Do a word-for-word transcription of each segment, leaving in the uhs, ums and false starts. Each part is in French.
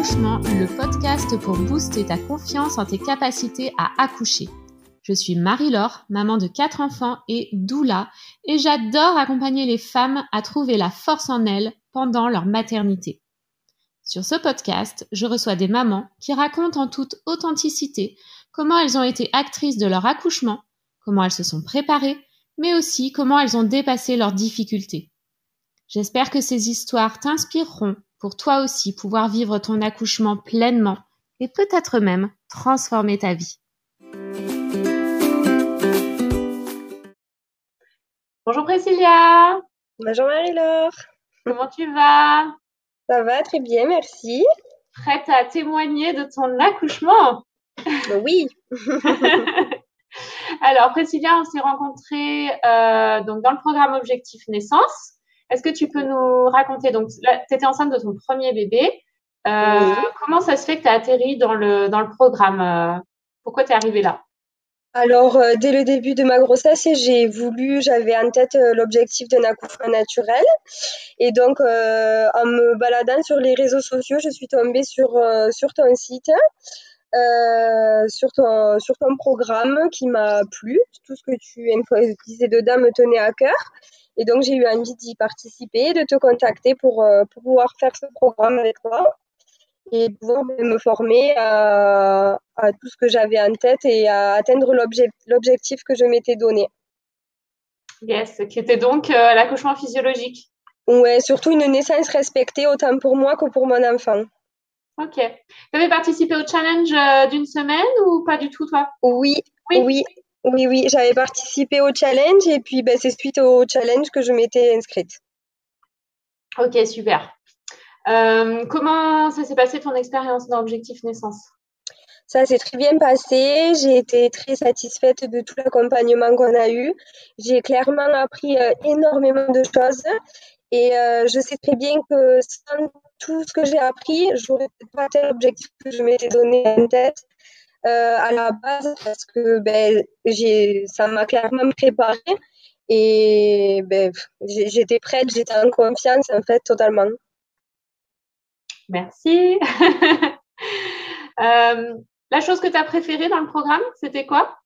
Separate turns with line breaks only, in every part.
Accouchement, le podcast pour booster ta confiance en tes capacités à accoucher. Je suis Marie-Laure, maman de quatre enfants et doula, et j'adore accompagner les femmes à trouver la force en elles pendant leur maternité. Sur ce podcast, je reçois des mamans qui racontent en toute authenticité comment elles ont été actrices de leur accouchement, comment elles se sont préparées, mais aussi comment elles ont dépassé leurs difficultés. J'espère que ces histoires t'inspireront pour toi aussi pouvoir vivre ton accouchement pleinement et peut-être même transformer ta vie. Bonjour Priscilla.
Bonjour Marie-Laure.
Comment tu vas?
Ça va très bien, merci.
Prête à témoigner de ton accouchement?
Oui.
Alors Priscilla, on s'est rencontrés euh, donc dans le programme Objectif Naissance. Est-ce que tu peux nous raconter, donc là, tu étais enceinte de ton premier bébé. Euh,
Oui.
Comment ça se fait que tu as atterri dans le, dans le programme euh, Pourquoi tu es arrivée là?
Alors, euh, dès le début de ma grossesse, j'ai voulu, j'avais en tête euh, l'objectif d'un accouchement naturel. Et donc, euh, en me baladant sur les réseaux sociaux, je suis tombée sur, euh, sur ton site, euh, sur, ton, sur ton programme qui m'a plu. Tout ce que tu disais dedans me tenait à cœur. Et donc, j'ai eu envie d'y participer, de te contacter pour, euh, pour pouvoir faire ce programme avec toi et pouvoir me former à, à tout ce que j'avais en tête et à atteindre l'obje- l'objectif que je m'étais donné.
Yes, qui était donc euh, l'accouchement physiologique.
Ouais, surtout une naissance respectée autant pour moi que pour mon enfant.
Ok. Tu avais participé au challenge euh, d'une semaine ou pas du tout, toi?
Oui,
Oui.
oui, oui, oui, j'avais participé au challenge et puis ben, c'est suite au challenge que je m'étais inscrite.
Ok, super. Euh, comment ça s'est passé ton expérience dans Objectif Naissance?
Ça s'est très bien passé. J'ai été très satisfaite de tout l'accompagnement qu'on a eu. J'ai clairement appris euh, énormément de choses. Et euh, je sais très bien que sans tout ce que j'ai appris, j'aurais peut-être pas atteint l'objectif que je m'étais donné en tête euh, à la base parce que ben, j'ai, ça m'a clairement préparée et ben, j'étais prête, j'étais en confiance en fait totalement.
Merci. euh, la chose que tu as préférée dans le programme, c'était quoi?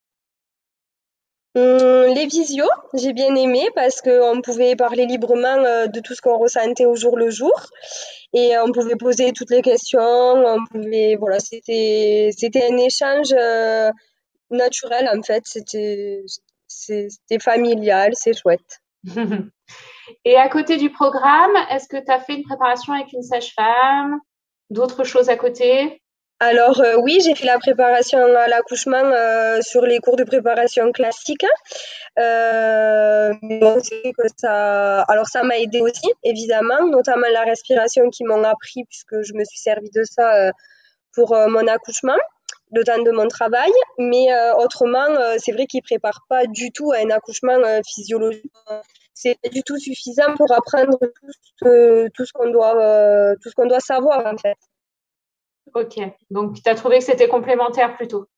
Hum, les visios, j'ai bien aimé parce qu'on pouvait parler librement euh, de tout ce qu'on ressentait au jour le jour et on pouvait poser toutes les questions, on pouvait, voilà, c'était, c'était un échange euh, naturel en fait, c'était, c'était familial, c'est chouette.
Et à côté du programme, est-ce que tu as fait une préparation avec une sage-femme? D'autres choses à côté?
Alors euh, oui, j'ai fait la préparation à l'accouchement euh, sur les cours de préparation classiques. Euh, mais bon, c'est que ça, alors ça m'a aidé aussi, évidemment, notamment la respiration qui m'ont appris puisque je me suis servi de ça euh, pour euh, mon accouchement, le temps de mon travail. Mais euh, autrement, euh, c'est vrai qu'ils préparent pas du tout à un accouchement euh, physiologique. C'est pas du tout suffisant pour apprendre tout ce, tout ce qu'on doit, euh, tout ce qu'on doit savoir en fait.
Ok, donc tu as trouvé que c'était complémentaire plutôt.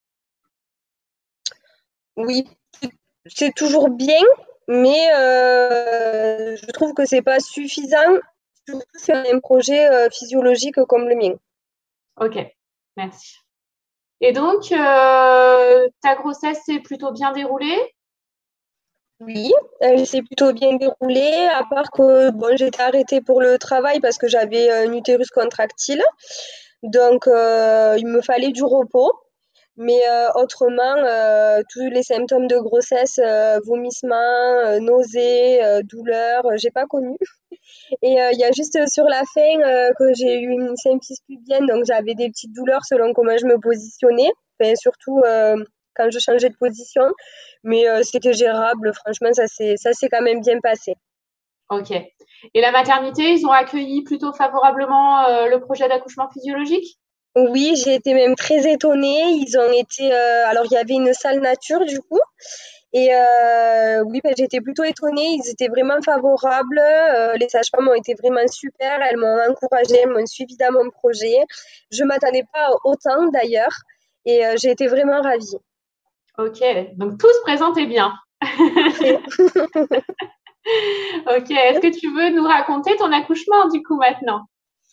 Oui, c'est toujours bien, mais euh, je trouve que c'est pas suffisant, surtout sur un projet euh, physiologique comme le mien.
Ok, merci. Et donc, euh, ta grossesse s'est plutôt bien déroulée?
Oui, elle s'est plutôt bien déroulée, à part que bon, j'étais arrêtée pour le travail parce que j'avais un utérus contractile, donc euh, il me fallait du repos. Mais euh, autrement, euh, tous les symptômes de grossesse, euh, vomissements, euh, nausées, euh, douleurs, euh, j'ai pas connu. Et euh, il y a juste sur la fin euh, que j'ai eu une symphyse pubienne, donc j'avais des petites douleurs selon comment je me positionnais, enfin, surtout euh, quand je changeais de position. Mais euh, c'était gérable, franchement, ça s'est ça s'est quand même bien passé.
Ok. Et la maternité, ils ont accueilli plutôt favorablement euh, le projet d'accouchement physiologique?
Oui, j'ai été même très étonnée. Ils ont été, euh, alors il y avait une salle nature du coup. Et euh, oui, ben, j'étais plutôt étonnée. Ils étaient vraiment favorables. Euh, les sages-femmes ont été vraiment super. Elles m'ont encouragée, elles m'ont suivi dans mon projet. Je m'attendais pas autant d'ailleurs. Et euh, j'ai été vraiment ravie.
Ok, donc tout se présentait bien.
Parfait.
Ok, est-ce que tu veux nous raconter ton accouchement du coup maintenant?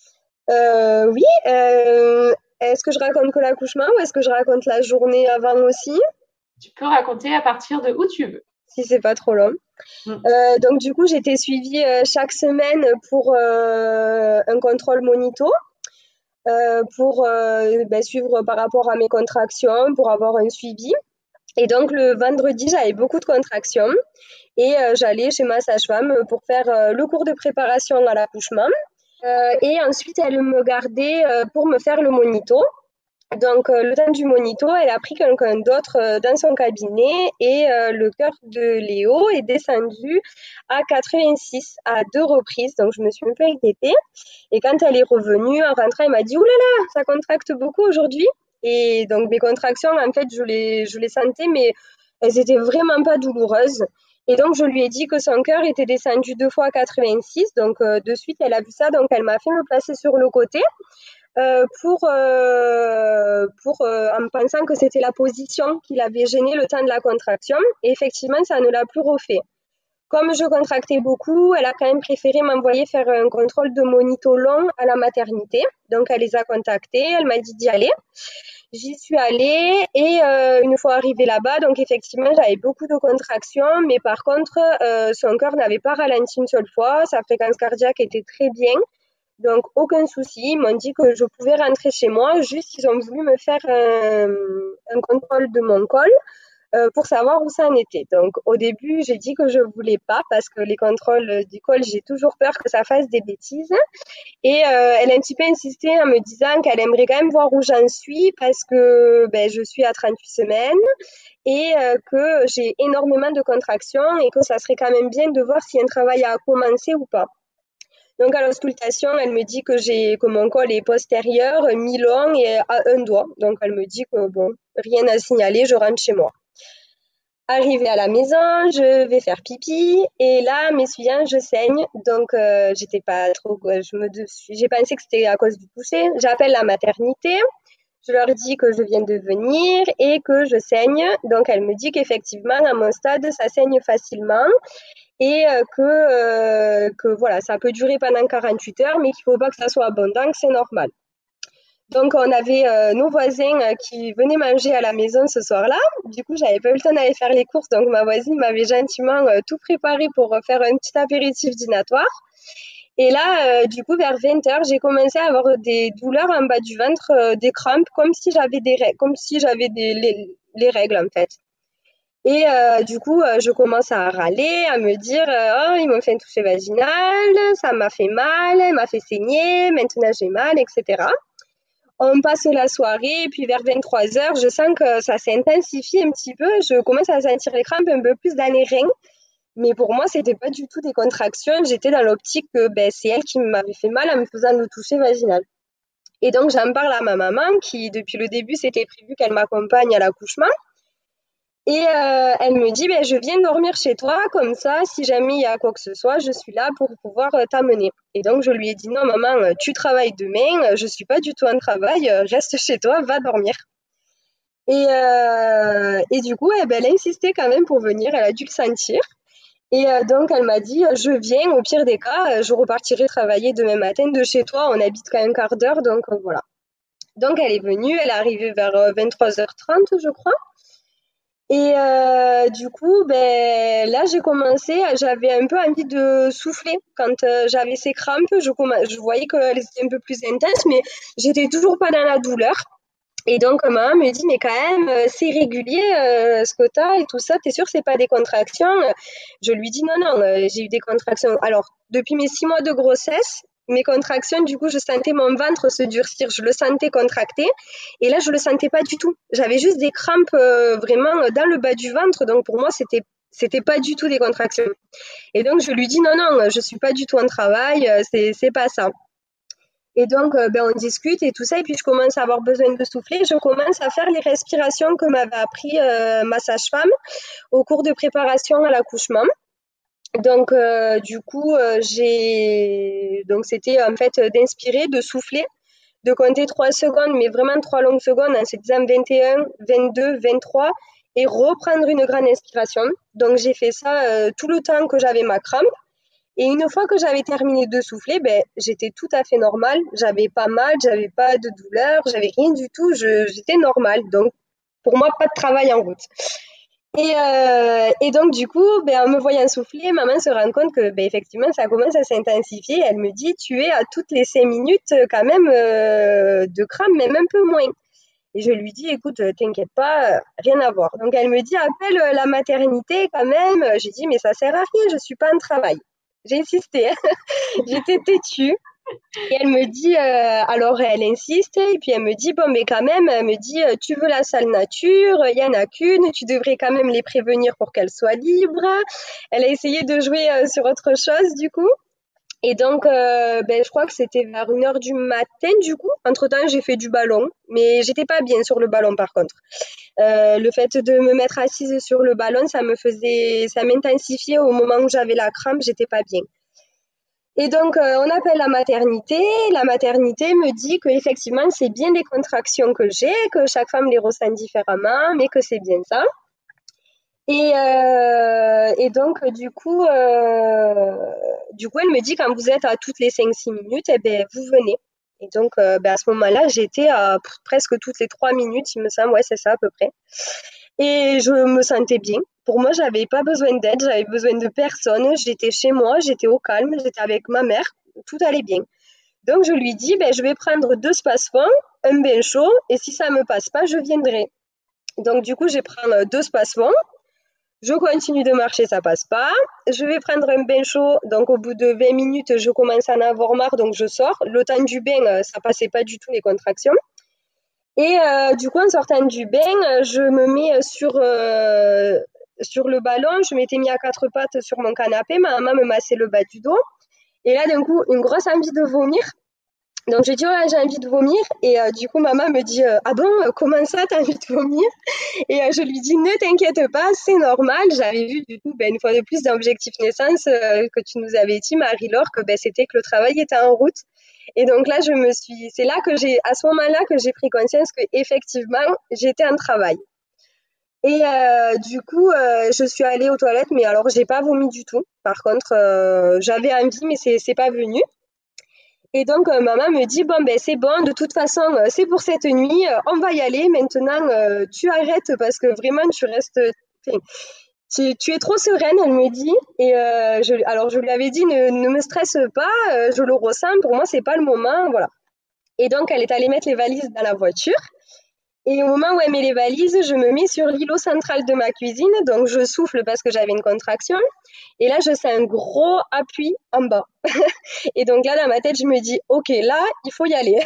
Euh, oui, euh, est-ce que je raconte que l'accouchement ou est-ce que je raconte la journée avant aussi,
Tu peux raconter à partir de où tu veux.
si c'est pas trop long?
Mm.
Euh, donc du coup, j'étais suivie euh, chaque semaine pour euh, un contrôle monito, euh, pour euh, ben, suivre par rapport à mes contractions, pour avoir un suivi. Et donc le vendredi, j'avais beaucoup de contractions et euh, j'allais chez ma sage-femme pour faire euh, le cours de préparation à l'accouchement. Euh, et ensuite, elle me gardait euh, pour me faire le monito. Donc, euh, le temps du monito, elle a pris quelqu'un d'autre euh, dans son cabinet et euh, le cœur de Léo est descendu à quatre-vingt-six à deux reprises. Donc, je me suis un peu inquiétée. Et quand elle est revenue, en rentrant, elle m'a dit: Ouh là là, ça contracte beaucoup aujourd'hui. Et donc, mes contractions, en fait, je les, je les sentais, mais elles étaient vraiment pas douloureuses. Et donc, je lui ai dit que son cœur était descendu deux fois à quatre-vingt-six. Donc, euh, de suite, elle a vu ça. Donc, elle m'a fait me placer sur le côté euh, pour, euh, pour euh, en pensant que c'était la position qui l'avait gêné le temps de la contraction. Et effectivement, ça ne l'a plus refait. Comme je contractais beaucoup, elle a quand même préféré m'envoyer faire un contrôle de monito long à la maternité. Donc, elle les a contactés, elle m'a dit d'y aller. J'y suis allée et euh, une fois arrivée là-bas, donc effectivement, j'avais beaucoup de contractions, mais par contre, euh, son cœur n'avait pas ralenti une seule fois, sa fréquence cardiaque était très bien. Donc, aucun souci. Ils m'ont dit que je pouvais rentrer chez moi. Juste, ils ont voulu me faire un, un contrôle de mon col euh, pour savoir où ça en était. Donc, au début, j'ai dit que je voulais pas parce que les contrôles du col, j'ai toujours peur que ça fasse des bêtises. Et euh, elle a un petit peu insisté en me disant qu'elle aimerait quand même voir où j'en suis parce que ben, je suis à trente-huit semaines et euh, que j'ai énormément de contractions et que ça serait quand même bien de voir si un travail a commencé ou pas. Donc à l'auscultation, elle me dit que j'ai que mon col est postérieur, mi-long et à un doigt. Donc elle me dit que bon, rien à signaler, je rentre chez moi. Arrivée à la maison, je vais faire pipi et là, mes m'essuyant, je saigne. Donc euh, j'étais pas trop, je me j'ai pensé que c'était à cause du toucher. J'appelle la maternité. Je leur dis que je viens de venir et que je saigne. Donc elle me dit qu'effectivement, à mon stade, ça saigne facilement et euh, que, euh, que voilà, ça peut durer pendant quarante-huit heures, mais qu'il ne faut pas que ça soit abondant, que c'est normal. Donc, on avait euh, nos voisins euh, qui venaient manger à la maison ce soir-là. Du coup, j'avais pas eu le temps d'aller faire les courses, donc ma voisine m'avait gentiment euh, tout préparé pour euh, faire un petit apéritif dînatoire. Et là, euh, du coup, vers vingt heures, j'ai commencé à avoir des douleurs en bas du ventre, euh, des crampes, comme si j'avais des règles, comme si j'avais des, les, les règles en fait. Et euh, du coup, euh, je commence à râler, à me dire euh, oh, ils m'ont fait un toucher vaginal, ça m'a fait mal, elle m'a fait saigner, maintenant j'ai mal, et cetera. On passe la soirée, et puis vers vingt-trois heures, je sens que ça s'intensifie un petit peu. Je commence à sentir les crampes un peu plus dans les reins. Mais pour moi, c'était pas du tout des contractions. J'étais dans l'optique que ben, c'est elle qui m'avait fait mal en me faisant le toucher vaginal. Et donc, j'en parle à ma maman qui, depuis le début, c'était prévu qu'elle m'accompagne à l'accouchement. Et euh, elle me dit, ben, je viens dormir chez toi, comme ça, si jamais il y a quoi que ce soit, je suis là pour pouvoir euh, t'amener. Et donc, je lui ai dit, non, maman, euh, tu travailles demain, euh, je suis pas du tout en travail, euh, reste chez toi, va dormir. Et, euh, et du coup, eh ben, elle a insisté quand même pour venir, elle a dû le sentir. Et euh, donc, elle m'a dit, je viens, au pire des cas, euh, je repartirai travailler demain matin de chez toi, on habite qu'à un quart d'heure, donc euh, voilà. Donc, elle est venue, elle est arrivée vers euh, vingt-trois heures trente, je crois. Et euh, du coup, ben, là, j'ai commencé, j'avais un peu envie de souffler. Quand euh, j'avais ces crampes, je, je voyais qu'elles étaient un peu plus intenses, mais j'étais toujours pas dans la douleur. Et donc, ma maman me dit, mais quand même, euh, c'est régulier euh, ce que tu as et tout ça, t'es sûr que c'est pas des contractions? Je lui dis, non, non, euh, j'ai eu des contractions. Alors, depuis mes six mois de grossesse, mes contractions, du coup, je sentais mon ventre se durcir, je le sentais contracter. Et là, je le sentais pas du tout. J'avais juste des crampes euh, vraiment dans le bas du ventre. Donc, pour moi, c'était c'était pas du tout des contractions. Et donc, je lui dis, non, non, je suis pas du tout en travail, euh, c'est c'est pas ça. Et donc, euh, ben, on discute et tout ça. Et puis, je commence à avoir besoin de souffler. Je commence à faire les respirations que m'avait appris euh, ma sage-femme au cours de préparation à l'accouchement. Donc, euh, du coup, euh, j'ai donc c'était en fait d'inspirer, de souffler, de compter trois secondes, mais vraiment trois longues secondes, en se disant vingt et un, vingt-deux, vingt-trois, et reprendre une grande inspiration. Donc, j'ai fait ça euh, tout le temps que j'avais ma crampe. Et une fois que j'avais terminé de souffler, ben, j'étais tout à fait normale. J'avais pas mal, j'avais pas de douleur, j'avais rien du tout. Je, j'étais normale. Donc, pour moi, pas de travail en route. Et, euh, et donc, du coup, ben, en me voyant souffler, maman se rend compte que, ben, effectivement, ça commence à s'intensifier. Elle me dit, tu es à toutes les cinq minutes quand même euh, de cramme, même un peu moins. Et je lui dis, écoute, t'inquiète pas, rien à voir. Donc, elle me dit, appelle la maternité quand même. J'ai dit, mais ça sert à rien, je suis pas en travail. J'ai insisté, j'étais têtue. Et elle me dit, euh, alors elle insiste, et puis elle me dit, bon, mais quand même, elle me dit, tu veux la salle nature, il y en a qu'une, tu devrais quand même les prévenir pour qu'elles soient libres. Elle a essayé de jouer euh, sur autre chose, du coup. Et donc, euh, ben, je crois que c'était vers une heure du matin, du coup. Entre-temps, j'ai fait du ballon, mais j'étais pas bien sur le ballon, par contre. Euh, le fait de me mettre assise sur le ballon, ça me faisait, ça m'intensifiait au moment où j'avais la crampe, j'étais pas bien. Et donc, euh, on appelle la maternité. La maternité me dit que effectivement, c'est bien des contractions que j'ai, que chaque femme les ressent différemment, mais que c'est bien ça. Et, euh, et donc, du coup, euh, du coup, elle me dit quand vous êtes à toutes les cinq six minutes, eh ben, vous venez. Et donc, euh, ben, à ce moment-là, j'étais à presque toutes les trois minutes, il me semble, ouais, c'est ça à peu près. Et je me sentais bien. Pour moi, j'avais pas besoin d'aide, j'avais besoin de personne. J'étais chez moi, j'étais au calme, j'étais avec ma mère, tout allait bien. Donc, je lui dis, ben, je vais prendre deux spasfons, un bain chaud, et si ça me passe pas, je viendrai. Donc, du coup, je vais prendre deux spasfons. Je continue de marcher, ça passe pas. Je vais prendre un bain chaud, donc au bout de vingt minutes, je commence à en avoir marre, donc je sors. Le temps du bain, ça passait pas du tout les contractions. Et euh, du coup, en sortant du bain, je me mets sur, euh, sur le ballon, je m'étais mis à quatre pattes sur mon canapé, ma maman me massait le bas du dos. Et là, d'un coup, une grosse envie de vomir. Donc, je dis, oh là, j'ai envie de vomir. Et euh, du coup, maman me dit, euh, ah bon, comment ça, t'as envie de vomir? Et euh, je lui dis, ne t'inquiète pas, c'est normal. J'avais vu, du coup, ben, une fois de plus, dans Objectif Naissance, euh, que tu nous avais dit, Marie-Laure, que ben, c'était que le travail était en route. Et donc là, je me suis, c'est là que j'ai, à ce moment-là, que j'ai pris conscience que effectivement, j'étais en travail. Et euh, du coup, euh, je suis allée aux toilettes, mais alors, j'ai pas vomi du tout. Par contre, euh, j'avais envie, mais c'est, c'est pas venu. Et donc, euh, maman me dit, bon, ben, c'est bon, de toute façon, euh, c'est pour cette nuit, euh, on va y aller. Maintenant, euh, tu arrêtes parce que vraiment, tu restes, tu, tu es trop sereine, elle me dit. Et euh, je, alors, je lui avais dit, ne, ne me stresse pas, euh, je le ressens, pour moi, c'est pas le moment, voilà. Et donc, elle est allée mettre les valises dans la voiture. Et au moment où elle met les valises, je me mets sur l'îlot central de ma cuisine, donc je souffle parce que j'avais une contraction. Et là, je sens un gros appui en bas. Et donc là, dans ma tête, je me dis, ok, là, il faut y aller.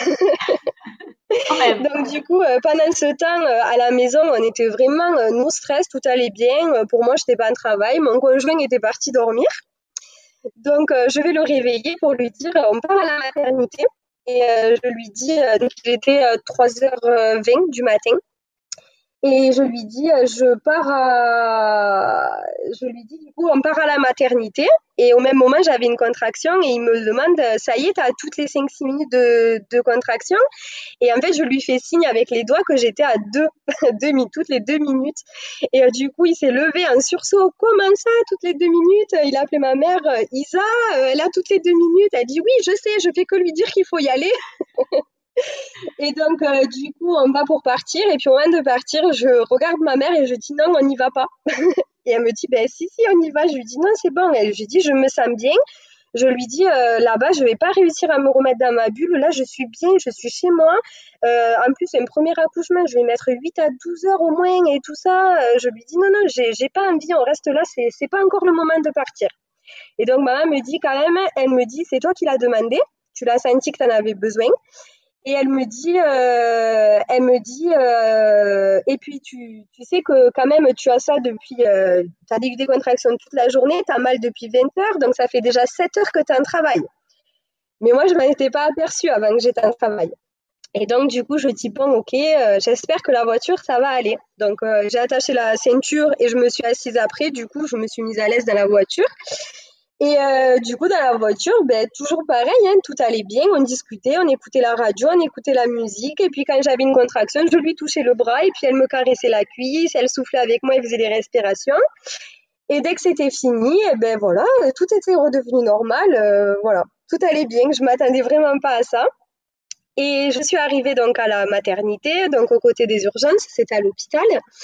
Donc du coup, euh, pendant ce temps, euh, à la maison, on était vraiment euh, no stress, tout allait bien. Euh, pour moi, je n'étais pas en travail. Mon conjoint était parti dormir. Donc, euh, je vais le réveiller pour lui dire, euh, on part à la maternité. Et euh, je lui dis, euh, donc il était euh, trois heures vingt du matin. Et je lui dis, euh, je pars à... Je lui dis, du coup, on part à la maternité. Et au même moment, j'avais une contraction et il me demande, ça y est, t'as toutes les cinq six minutes de, de contraction. Et en fait, je lui fais signe avec les doigts que j'étais à deux, deux minutes, toutes les deux minutes. Et euh, du coup, il s'est levé en sursaut. Comment ça, toutes les deux minutes? Il a appelé ma mère, Isa, euh, elle a toutes les deux minutes. Elle dit, oui, je sais, je fais que lui dire qu'il faut y aller. Et donc, euh, du coup, on va pour partir. Et puis, au moment de partir, je regarde ma mère et je dis non, on n'y va pas. Et elle me dit, ben si, si, on y va. Je lui dis non, c'est bon. Et je lui dis, je me sens bien. Je lui dis, euh, là-bas, je vais pas réussir à me remettre dans ma bulle. Là, je suis bien, je suis chez moi. Euh, en plus, c'est un premier accouchement. Je vais mettre huit à douze heures au moins et tout ça. Euh, je lui dis, non, non, j'ai, j'ai pas envie. On reste là. C'est, c'est pas encore le moment de partir. Et donc, maman me dit quand même, elle me dit, c'est toi qui l'as demandé. Tu l'as senti que tu en avais besoin. Et elle me dit, euh, elle me dit, euh, et puis tu, tu sais que quand même tu as ça depuis, euh, tu as eu des contractions toute la journée, tu as mal depuis vingt heures, donc ça fait déjà sept heures que tu es en travail. Mais moi, je m'en étais pas aperçue avant que j'étais en travail. Et donc, du coup, je dis, bon, ok, euh, j'espère que la voiture, ça va aller. Donc, euh, j'ai attaché la ceinture et je me suis assise après. Du coup, je me suis mise à l'aise dans la voiture. Et euh, du coup, dans la voiture, ben, toujours pareil, hein, tout allait bien, on discutait, on écoutait la radio, on écoutait la musique. Et puis, quand j'avais une contraction, je lui touchais le bras et puis elle me caressait la cuisse, elle soufflait avec moi, elle faisait des respirations. Et dès que c'était fini, eh ben voilà, tout était redevenu normal. Euh, voilà, tout allait bien. Je m'attendais vraiment pas à ça. Et je suis arrivée donc à la maternité, donc aux côtés des urgences, c'était à l'hôpital.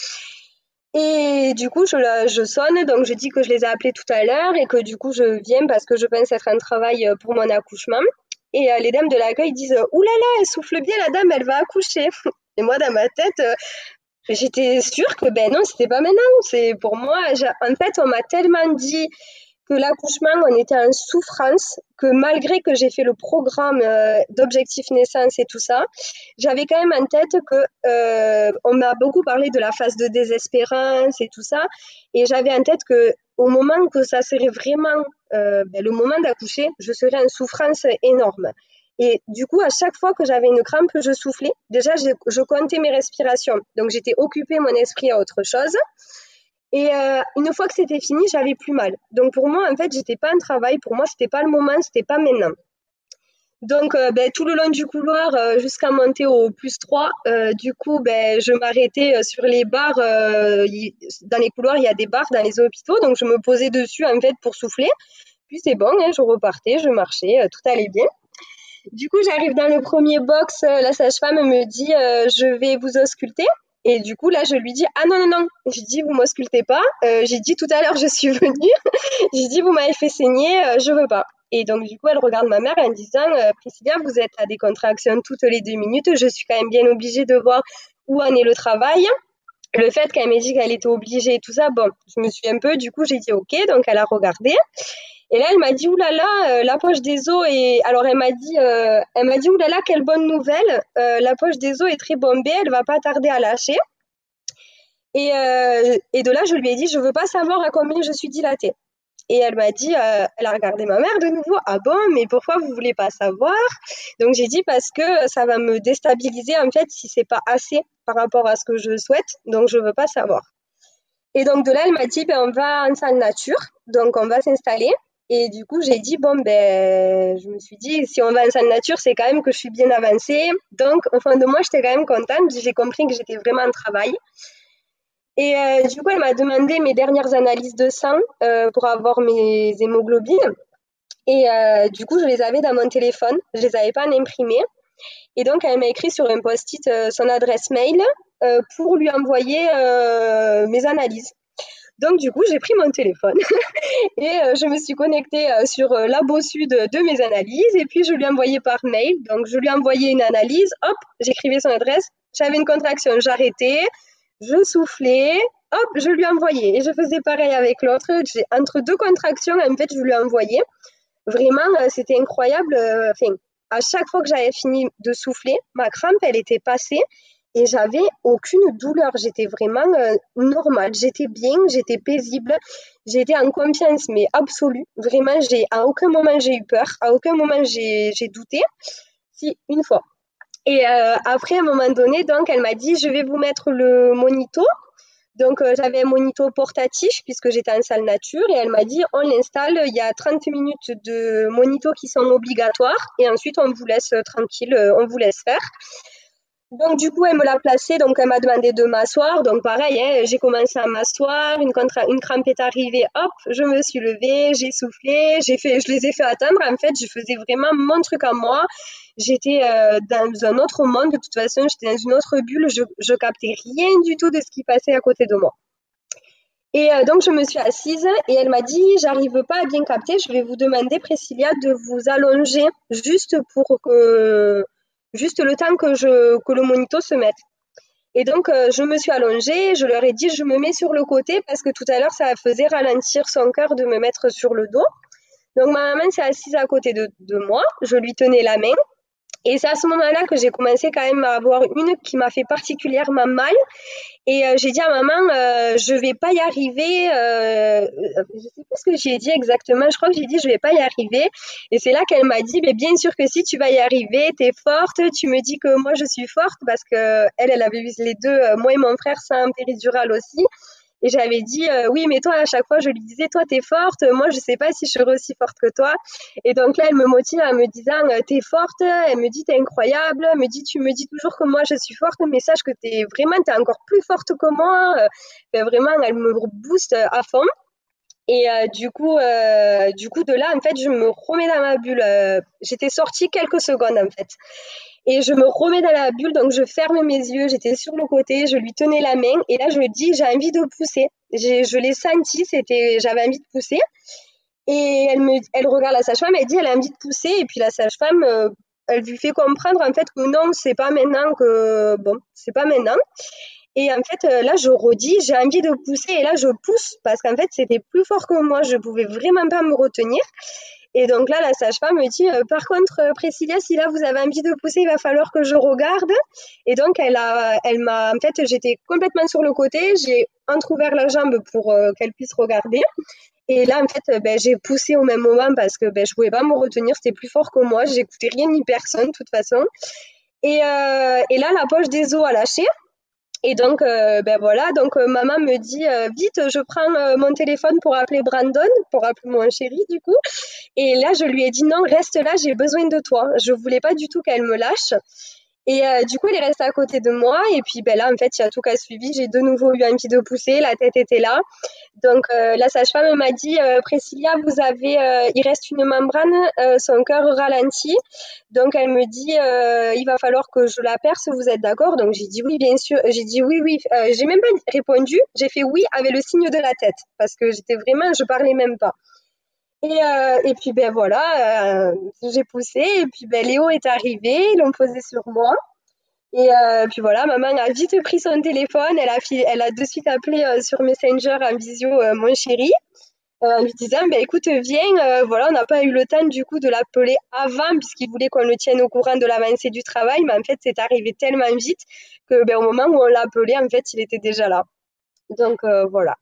Et du coup, je, la, je sonne, donc je dis que je les ai appelés tout à l'heure et que du coup, je viens parce que je pense être en travail pour mon accouchement. Et euh, les dames de l'accueil disent « Ouh là là, elle souffle bien, la dame, elle va accoucher !» Et moi, dans ma tête, euh, j'étais sûre que ben non, c'était pas maintenant. C'est pour moi, en fait, on m'a tellement dit que l'accouchement, on était en souffrance, que malgré que j'ai fait le programme euh, d'objectif naissance et tout ça, j'avais quand même en tête que euh, on m'a beaucoup parlé de la phase de désespérance et tout ça, et j'avais en tête que au moment que ça serait vraiment euh, ben, le moment d'accoucher, je serais en souffrance énorme. Et du coup, à chaque fois que j'avais une crampe, je soufflais. Déjà, je, je comptais mes respirations, donc j'étais occupée mon esprit à autre chose. Et euh, une fois que c'était fini, j'avais plus mal. Donc pour moi, en fait, j'étais pas en travail. Pour moi, c'était pas le moment, c'était pas maintenant. Donc euh, ben, tout le long du couloir, euh, jusqu'à monter au plus trois, euh, du coup, ben, je m'arrêtais sur les barres. Euh, y, dans les couloirs, il y a des barres dans les hôpitaux. Donc je me posais dessus, en fait, pour souffler. Puis c'est bon, hein, je repartais, je marchais, euh, tout allait bien. Du coup, j'arrive dans le premier box, euh, la sage-femme me dit euh, « Je vais vous ausculter ». Et du coup, là, je lui dis « Ah non, non, non ». J'ai dit « Vous m'auscultez pas euh, ». J'ai dit « Tout à l'heure, je suis venue ». J'ai dit « Vous m'avez fait saigner, euh, je veux pas ». Et donc, du coup, elle regarde ma mère en disant euh, « Priscilla, vous êtes à des contractions toutes les deux minutes. Je suis quand même bien obligée de voir où en est le travail ». Le fait qu'elle m'ait dit qu'elle était obligée et tout ça, bon, je me suis un peu, du coup, j'ai dit « Ok ». Donc, elle a regardé. Et là, elle m'a dit, oulala, euh, la poche des os est... Alors, elle m'a dit, euh, elle m'a dit, oulala, quelle bonne nouvelle. Euh, la poche des os est très bombée, elle va pas tarder à lâcher. Et, euh, et de là, je lui ai dit, je veux pas savoir à combien je suis dilatée. Et elle m'a dit, euh, elle a regardé ma mère de nouveau, ah bon, mais pourquoi vous voulez pas savoir? Donc, j'ai dit, parce que ça va me déstabiliser, en fait, si c'est pas assez par rapport à ce que je souhaite. Donc, je veux pas savoir. Et donc, de là, elle m'a dit, ben, on va en salle nature. Donc, on va s'installer. Et du coup, j'ai dit, bon, ben, je me suis dit, si on va en salle nature, c'est quand même que je suis bien avancée. Donc, au fond de moi, j'étais quand même contente. J'ai compris que j'étais vraiment en travail. Et euh, du coup, elle m'a demandé mes dernières analyses de sang euh, pour avoir mes hémoglobines. Et euh, du coup, je les avais dans mon téléphone. Je les avais pas en imprimé. Et donc, elle m'a écrit sur un post-it euh, son adresse mail euh, pour lui envoyer euh, mes analyses. Donc, du coup, j'ai pris mon téléphone et euh, je me suis connectée euh, sur euh, Labo Sud de mes analyses et puis je lui ai envoyé par mail. Donc, je lui ai envoyé une analyse, hop, j'écrivais son adresse, j'avais une contraction, j'arrêtais, je soufflais, hop, je lui ai envoyé. Et je faisais pareil avec l'autre. J'ai, entre deux contractions, en fait, je lui ai envoyé. Vraiment, euh, c'était incroyable. Enfin, euh, à chaque fois que j'avais fini de souffler, ma crampe, elle était passée. Et j'avais aucune douleur, j'étais vraiment euh, normale, j'étais bien, j'étais paisible, j'étais en confiance mais absolue. Vraiment, j'ai à aucun moment j'ai eu peur, à aucun moment j'ai, j'ai douté. Si, une fois. Et euh, après, à un moment donné, donc, elle m'a dit, je vais vous mettre le monito. Donc, euh, j'avais un monito portatif puisque j'étais en salle nature et elle m'a dit, on l'installe, il y a trente minutes de monito qui sont obligatoires et ensuite on vous laisse tranquille, on vous laisse faire. Donc, du coup, elle me l'a placé, donc elle m'a demandé de m'asseoir. Donc, pareil, hein, j'ai commencé à m'asseoir, une, contra- une crampe est arrivée, hop, je me suis levée, j'ai soufflé, j'ai fait, je les ai fait attendre. En fait, je faisais vraiment mon truc à moi. J'étais euh, dans un autre monde, de toute façon, j'étais dans une autre bulle, je, je captais rien du tout de ce qui passait à côté de moi. Et euh, donc, je me suis assise et elle m'a dit, j'arrive pas à bien capter, je vais vous demander, Priscilla, de vous allonger juste pour que... juste le temps que, je, que le monito se mette. Et donc, euh, je me suis allongée, je leur ai dit, je me mets sur le côté parce que tout à l'heure, ça faisait ralentir son cœur de me mettre sur le dos. Donc, ma maman s'est assise à côté de, de moi, je lui tenais la main. Et c'est à ce moment-là que j'ai commencé quand même à avoir une qui m'a fait particulièrement mal. Et euh, j'ai dit à maman, euh, je vais pas y arriver. Euh, je sais pas ce que j'ai dit exactement. Je crois que j'ai dit, je vais pas y arriver. Et c'est là qu'elle m'a dit, mais bien sûr que si tu vas y arriver, t'es forte. Tu me dis que moi je suis forte parce que elle, elle avait vu les deux, euh, moi et mon frère, sans péridurale aussi. Et j'avais dit, euh, oui, mais toi, à chaque fois, je lui disais, toi, t'es forte. Moi, je sais pas si je serai aussi forte que toi. Et donc là, elle me motive en me disant, euh, t'es forte. Elle me dit, t'es incroyable. Elle me dit, tu me dis toujours que moi, je suis forte, mais sache que t'es vraiment, t'es encore plus forte que moi. Euh, ben, vraiment, elle me booste à fond. Et euh, du coup, euh, du coup, de là, en fait, je me remets dans ma bulle. Euh, j'étais sortie quelques secondes, en fait. Et je me remets dans la bulle, donc je ferme mes yeux, j'étais sur le côté, je lui tenais la main, et là, je lui dis, j'ai envie de pousser. J'ai, je l'ai senti, c'était, j'avais envie de pousser. Et elle me, elle regarde la sage-femme, elle dit, elle a envie de pousser, et puis la sage-femme, euh, elle lui fait comprendre, en fait, que non, c'est pas maintenant que, bon, c'est pas maintenant. Et en fait, euh, là, je redis, j'ai envie de pousser, et là, je pousse, parce qu'en fait, c'était plus fort que moi, je pouvais vraiment pas me retenir. Et donc là, la sage-femme me dit, euh, par contre, euh, Priscilla, si là vous avez envie de pousser, il va falloir que je regarde. Et donc elle a, elle m'a, en fait, j'étais complètement sur le côté, j'ai entrouvert la jambe pour euh, qu'elle puisse regarder. Et là, en fait, euh, ben, j'ai poussé au même moment parce que ben, je pouvais pas me retenir, c'était plus fort que moi, j'écoutais rien ni personne de toute façon. Et, euh, et là, la poche des os a lâché. Et donc, euh, ben voilà, donc euh, maman me dit, euh, vite, je prends euh, mon téléphone pour appeler Brandon, pour appeler mon chéri, du coup. Et là, je lui ai dit non, reste là, j'ai besoin de toi. Je voulais pas du tout qu'elle me lâche. Et euh, du coup, elle est restée à côté de moi. Et puis ben là, en fait, il y a tout qui a suivi. J'ai de nouveau eu envie de pousser. La tête était là. Donc euh, la sage-femme m'a dit, euh, Priscilla, vous avez, euh, il reste une membrane, euh, son cœur ralentit. Donc elle me dit, euh, il va falloir que je la perce. Vous êtes d'accord? Donc j'ai dit oui, bien sûr. J'ai dit oui, oui. Euh, j'ai même pas répondu. J'ai fait oui avec le signe de la tête parce que j'étais vraiment, je parlais même pas. Et, euh, et puis ben voilà, euh, j'ai poussé et puis ben Léo est arrivé, ils l'ont posé sur moi. Et euh, puis voilà, maman a vite pris son téléphone, elle a, fi- elle a de suite appelé euh, sur Messenger en visio euh, mon chéri, euh, en lui disant, ben écoute, viens, euh, voilà, on n'a pas eu le temps du coup de l'appeler avant puisqu'il voulait qu'on le tienne au courant de l'avancée du travail, mais en fait c'est arrivé tellement vite que ben, au moment où on l'a appelé, en fait il était déjà là. Donc euh, voilà.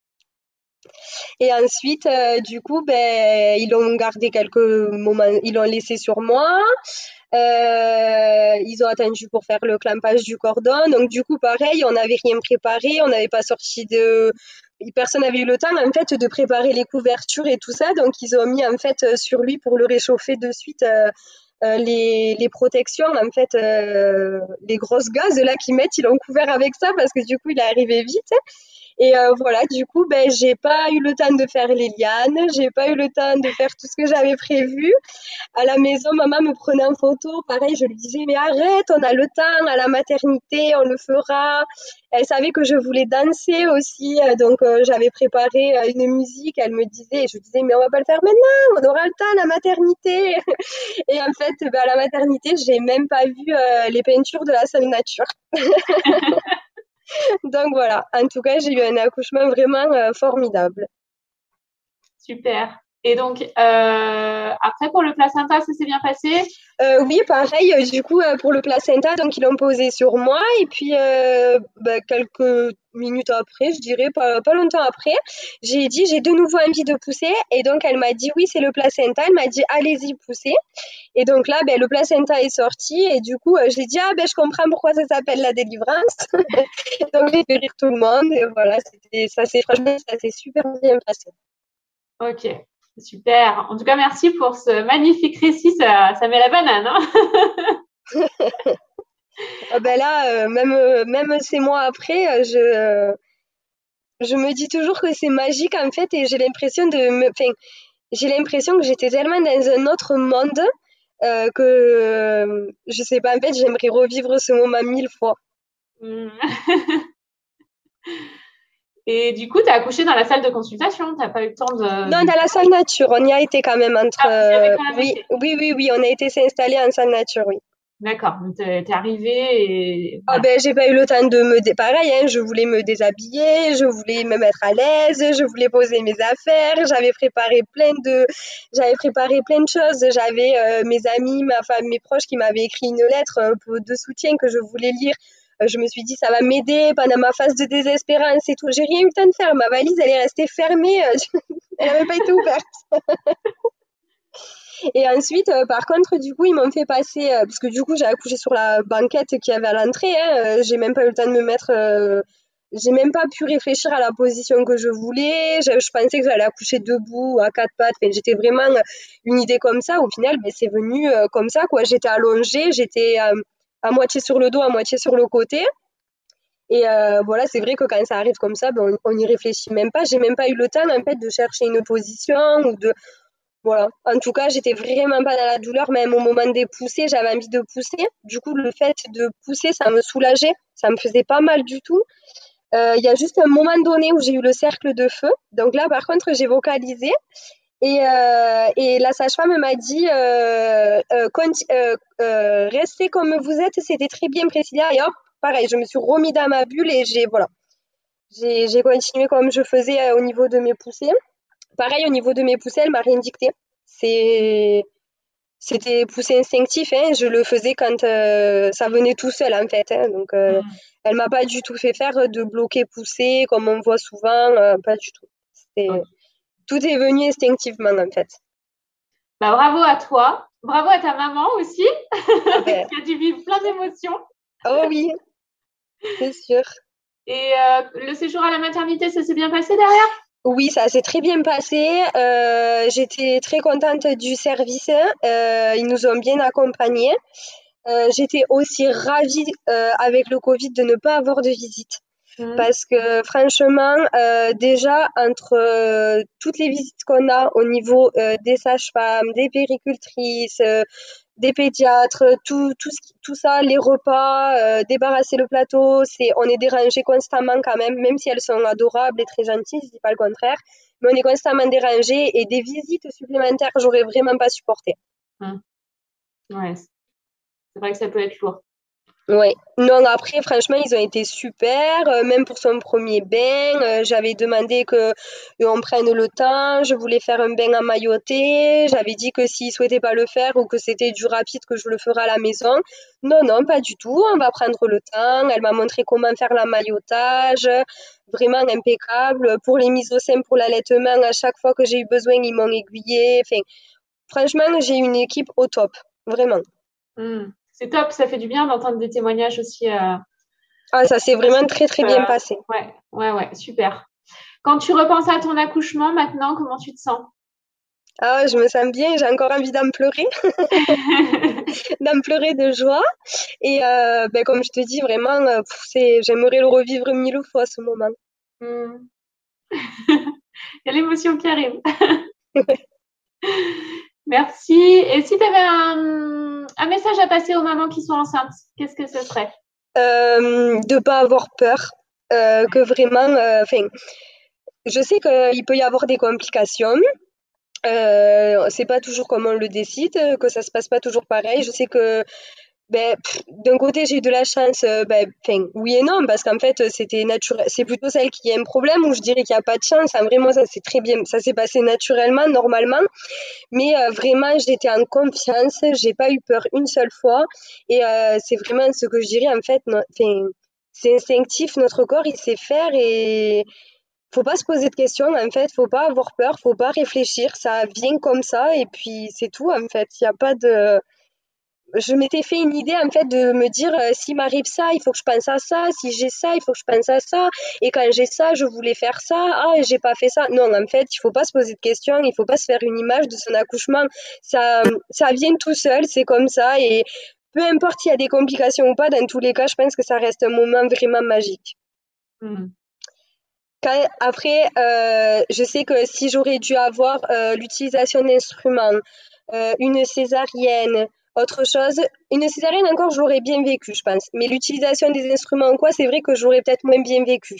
Et ensuite, euh, du coup, ben, ils l'ont gardé quelques moments, ils l'ont laissé sur moi. Euh, ils ont attendu pour faire le clampage du cordon. Donc, du coup, pareil, on n'avait rien préparé, on n'avait pas sorti de. Personne n'avait eu le temps, en fait, de préparer les couvertures et tout ça. Donc, ils ont mis, en fait, sur lui pour le réchauffer de suite. Euh, euh, les, les protections, en fait, euh, les grosses gazes là qu'ils mettent, ils l'ont couvert avec ça parce que du coup, il est arrivé vite. Et euh, voilà, du coup, ben, j'ai pas eu le temps de faire les lianes, j'ai pas eu le temps de faire tout ce que j'avais prévu. À la maison, maman me prenait en photo. Pareil, je lui disais, mais arrête, on a le temps, à la maternité, on le fera. Elle savait que je voulais danser aussi, euh, donc euh, j'avais préparé euh, une musique. Elle me disait, et je disais, mais on va pas le faire maintenant, on aura le temps à la maternité. Et en fait, ben, à la maternité, j'ai même pas vu euh, les peintures de la salle nature. Donc voilà, en tout cas, j'ai eu un accouchement vraiment euh, formidable.
Super. Et donc, euh, après, pour le placenta, ça s'est bien passé?
Euh, oui, pareil, euh, du coup, euh, pour le placenta, donc ils l'ont posé sur moi. Et puis, euh, bah, quelques minutes après, je dirais, pas, pas longtemps après, j'ai dit, j'ai de nouveau envie de pousser. Et donc, elle m'a dit, oui, c'est le placenta. Elle m'a dit, allez-y, poussez. Et donc là, ben, le placenta est sorti. Et du coup, euh, j'ai dit, ah, ben, je comprends pourquoi ça s'appelle la délivrance. Donc, j'ai fait rire tout le monde. Et voilà, c'était, ça s'est, franchement, ça s'est super bien passé.
Ok, super. En tout cas, merci pour ce magnifique récit. Ça, ça met la banane, hein.
Ah ben là, euh, même, euh, même ces mois après, euh, je, euh, je me dis toujours que c'est magique en fait et j'ai l'impression de me, enfin, j'ai l'impression que j'étais tellement dans un autre monde euh, que euh, je sais pas, en fait, j'aimerais revivre ce moment mille fois.
Hmm. Et du coup, tu as accouché dans la salle de consultation. Tu n'as pas eu le temps de,
Non,
de...
dans la salle nature, on y a été quand même entre.
Ah, vous y avez
euh,
quand même
oui,
été.
oui, oui, oui, on a été s'installer en salle nature, oui.
D'accord. Donc, tu es arrivé et
Ah
voilà.
ben, j'ai pas eu le temps de me dé... Pareil, hein, je voulais me déshabiller, je voulais me mettre à l'aise, je voulais poser mes affaires, j'avais préparé plein de, j'avais préparé plein de choses, j'avais euh, mes amis, ma femme, mes proches qui m'avaient écrit une lettre euh, pour- de soutien que je voulais lire. Euh, je me suis dit ça va m'aider pendant ma phase de désespérance et tout. J'ai rien eu le temps de faire. Ma valise elle est restée fermée, euh, elle n'avait pas été ouverte. Et ensuite, euh, par contre, du coup, ils m'ont fait passer, euh, parce que du coup, j'ai accouché sur la banquette qu'il y avait à l'entrée. Hein, euh, j'ai même pas eu le temps de me mettre. Euh, j'ai même pas pu réfléchir à la position que je voulais. Je, je pensais que j'allais accoucher debout, à quatre pattes. Enfin, j'étais vraiment euh, une idée comme ça. Au final, ben, c'est venu euh, comme ça, quoi. J'étais allongée, j'étais euh, à moitié sur le dos, à moitié sur le côté. Et euh, voilà, c'est vrai que quand ça arrive comme ça, ben, on n'y réfléchit même pas. J'ai même pas eu le temps en fait de chercher une position ou de voilà. En tout cas, j'étais vraiment pas dans la douleur, même au moment des poussées, j'avais envie de pousser. Du coup, le fait de pousser, ça me soulageait, ça me faisait pas mal du tout. Euh, Il y a juste un moment donné où j'ai eu le cercle de feu. Donc là, par contre, j'ai vocalisé. Et, euh, et la sage-femme m'a dit euh, euh, conti- euh, euh, restez comme vous êtes, c'était très bien Priscilla. Et hop, pareil, je me suis remis dans ma bulle et j'ai voilà, j'ai j'ai continué comme je faisais euh, au niveau de mes poussées. Pareil, au niveau de mes poussées, elle m'a rien dicté. C'est C'était poussé instinctif, hein. Je le faisais quand euh, ça venait tout seul en fait, hein. Donc euh,
Mm.
elle m'a pas du tout fait faire de bloquer pousser comme on voit souvent, euh, pas du tout. C'était
Ok.
Tout est venu instinctivement en fait.
Bah, bravo à toi. Bravo à ta maman aussi,
Ah ben,
qui a dû vivre plein d'émotions.
oh oui, c'est sûr.
Et euh, le séjour à la maternité, ça s'est bien passé derrière?
Oui, ça s'est très bien passé. Euh, j'étais très contente du service. Euh, ils nous ont bien accompagnés. Euh, j'étais aussi ravie euh, avec le Covid de ne pas avoir de visite.
Mm.
Parce que franchement, euh, déjà, entre euh, toutes les visites qu'on a au niveau euh, des sages-femmes, des péricultrices, euh, des pédiatres, tout, tout, ce qui- tout ça, les repas, euh, débarrasser le plateau, c'est, on est dérangé constamment quand même, même si elles sont adorables et très gentilles, je dis pas le contraire, mais on est constamment dérangé et des visites supplémentaires, j'aurais vraiment pas supporté.
Mm. Ouais, c'est vrai que ça peut être lourd.
Ouais. Non, après, franchement, ils ont été super. Euh, même pour son premier bain, euh, j'avais demandé que euh, on prenne le temps. Je voulais faire un bain emmailloté. J'avais dit que s'ils souhaitaient pas le faire ou que c'était du rapide, que je le ferais à la maison. Non, non, pas du tout. On va prendre le temps. Elle m'a montré comment faire l'emmaillotage. Vraiment impeccable. Pour les mises au sein, pour l'allaitement, à chaque fois que j'ai eu besoin, ils m'ont aiguillée. Enfin, franchement, j'ai une équipe au top. Vraiment.
Mm. C'est top, ça fait du bien d'entendre des témoignages aussi. euh,
Ah, ça s'est vraiment très, très bien
euh,
passé.
ouais, ouais, ouais, super. Quand tu repenses à ton accouchement maintenant, comment tu te sens?
Ah, je me sens bien, j'ai encore envie d'en pleurer, d'en pleurer de joie. Et euh, ben, comme je te dis, vraiment, euh, pff, c'est, j'aimerais le revivre mille fois ce moment.
Mm. Il y a l'émotion qui arrive. Merci. Et si tu avais un, un message à passer aux mamans qui sont enceintes, qu'est-ce que ce serait?
Euh, de pas avoir peur, euh, que vraiment, euh, enfin, je sais qu'il peut y avoir des complications. Euh, c'est pas toujours comme on le décide, que ça se passe pas toujours pareil. Je sais que ben, pff, d'un côté, j'ai eu de la chance, euh, ben, enfin, oui et non, parce qu'en fait, c'était naturel. C'est plutôt celle qui a un problème où je dirais qu'il n'y a pas de chance. En vrai, moi, ça s'est très bien, ça s'est passé naturellement, normalement. Mais euh, vraiment, j'étais en confiance, j'ai pas eu peur une seule fois. Et euh, c'est vraiment ce que je dirais, en fait, no- enfin, c'est instinctif, notre corps, il sait faire et faut pas se poser de questions, en fait, faut pas avoir peur, faut pas réfléchir, ça vient comme ça et puis c'est tout, en fait. Il y a pas de je m'étais fait une idée en fait de me dire euh, s'il m'arrive ça, il faut que je pense à ça, si j'ai ça, il faut que je pense à ça, et quand j'ai ça, je voulais faire ça, ah, et j'ai pas fait ça. Non, en fait, il faut pas se poser de questions, il faut pas se faire une image de son accouchement. Ça, ça vient tout seul, c'est comme ça, et peu importe s'il y a des complications ou pas, dans tous les cas, je pense que ça reste un moment vraiment magique.
Mm.
Quand, après, euh, je sais que si j'aurais dû avoir euh, l'utilisation d'instruments, euh, une césarienne, autre chose, une césarienne encore, je l'aurais bien vécu, je pense. Mais l'utilisation des instruments ou quoi, c'est vrai que je l'aurais peut-être moins bien vécu.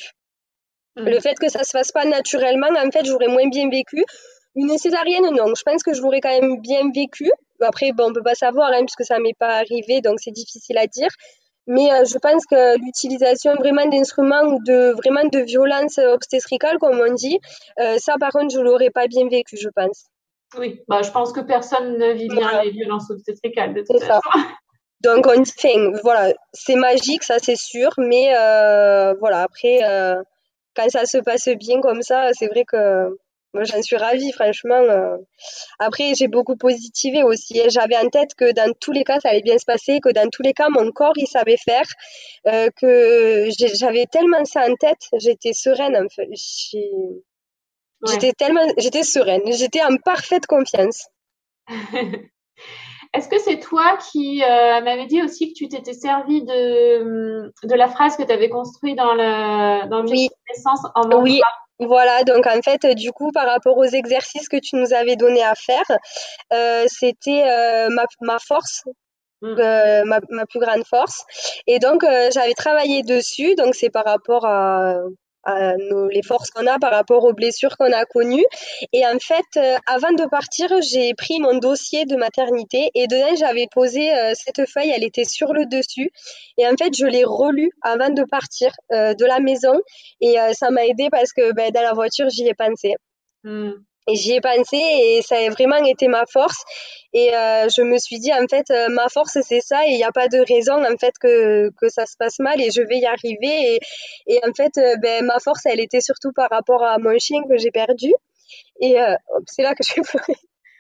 Le
Mm.
fait que ça se fasse pas naturellement, en fait, j'aurais moins bien vécu. Une césarienne, non. Je pense que je l'aurais quand même bien vécu. Après, bon, on peut pas savoir, hein, puisque ça m'est pas arrivé, donc c'est difficile à dire. Mais euh, je pense que l'utilisation vraiment d'instruments ou de vraiment de violence obstétricale, comme on dit, euh, ça par contre, je l'aurais pas bien vécu, je pense.
Oui, bah, je pense que personne ne vit bien
Voilà,
les violences obstétricales de toute
c'est ça.
façon.
Donc on dit, enfin, voilà, c'est magique, ça c'est sûr, mais euh, voilà, après, euh, quand ça se passe bien comme ça, c'est vrai que moi j'en suis ravie, franchement. euh. Après, j'ai beaucoup positivé aussi, hein. J'avais en tête que dans tous les cas, ça allait bien se passer, que dans tous les cas, mon corps, il savait faire, euh, que j'ai- j'avais tellement ça en tête, j'étais sereine, en fait. J'ai-
Ouais.
J'étais tellement, j'étais sereine, j'étais en parfaite confiance.
Est-ce que c'est toi qui euh, m'avais dit aussi que tu t'étais servi de, de la phrase que tu avais construite dans le, dans
Oui,
l'objectif de naissance en
oui.
mantra?
Voilà, donc en fait, du coup, par rapport aux exercices que tu nous avais donné à faire, euh, c'était euh, ma, ma force,
Mm.
euh, ma, ma plus grande force. Et donc, euh, j'avais travaillé dessus. Donc, c'est par rapport à, à nos, les forces qu'on a, par rapport aux blessures qu'on a connues. Et en fait, euh, avant de partir, j'ai pris mon dossier de maternité et dedans, j'avais posé euh, cette feuille, elle était sur le dessus. Et en fait, je l'ai relue avant de partir euh, de la maison. Et euh, ça m'a aidé parce que ben, dans la voiture, j'y ai pensé.
Mm.
Et j'y ai pensé et ça a vraiment été ma force. Et euh, je me suis dit, en fait, euh, ma force, c'est ça. Et il n'y a pas de raison, en fait, que, que ça se passe mal et je vais y arriver. Et, et en fait, euh, ben, ma force, elle était surtout par rapport à mon chien que j'ai perdu. Et euh, hop, c'est là que je vais pleurer.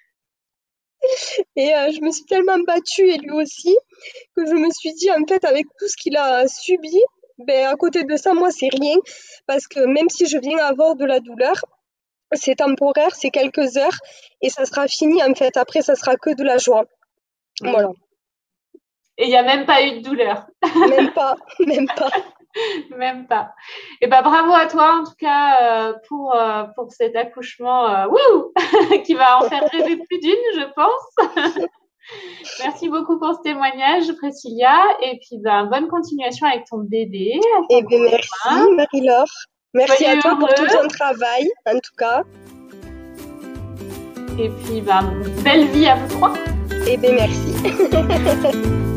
Et euh, je me suis tellement battue, et lui aussi, que je me suis dit, en fait, avec tout ce qu'il a subi, ben, à côté de ça, moi, c'est rien. Parce que même si je viens avoir de la douleur, c'est temporaire, c'est quelques heures et ça sera fini en fait. Après, ça sera que de la joie.
Mm.
Voilà.
Et il n'y a même pas eu de douleur.
Même pas, même pas.
Même pas. Et ben bravo à toi en tout cas euh, pour euh, pour cet accouchement euh, wouh qui va en faire rêver plus d'une, je pense. Merci beaucoup pour ce témoignage, Priscilla. Et puis ben bonne continuation avec ton bébé, avec
Eh
ton
bien, merci,
conjoint.
Marie-Laure. Merci à
Soyez
toi pour tout
heureux.
ton travail, en tout cas.
Et puis ben belle vie à vous trois.
Eh bien, merci.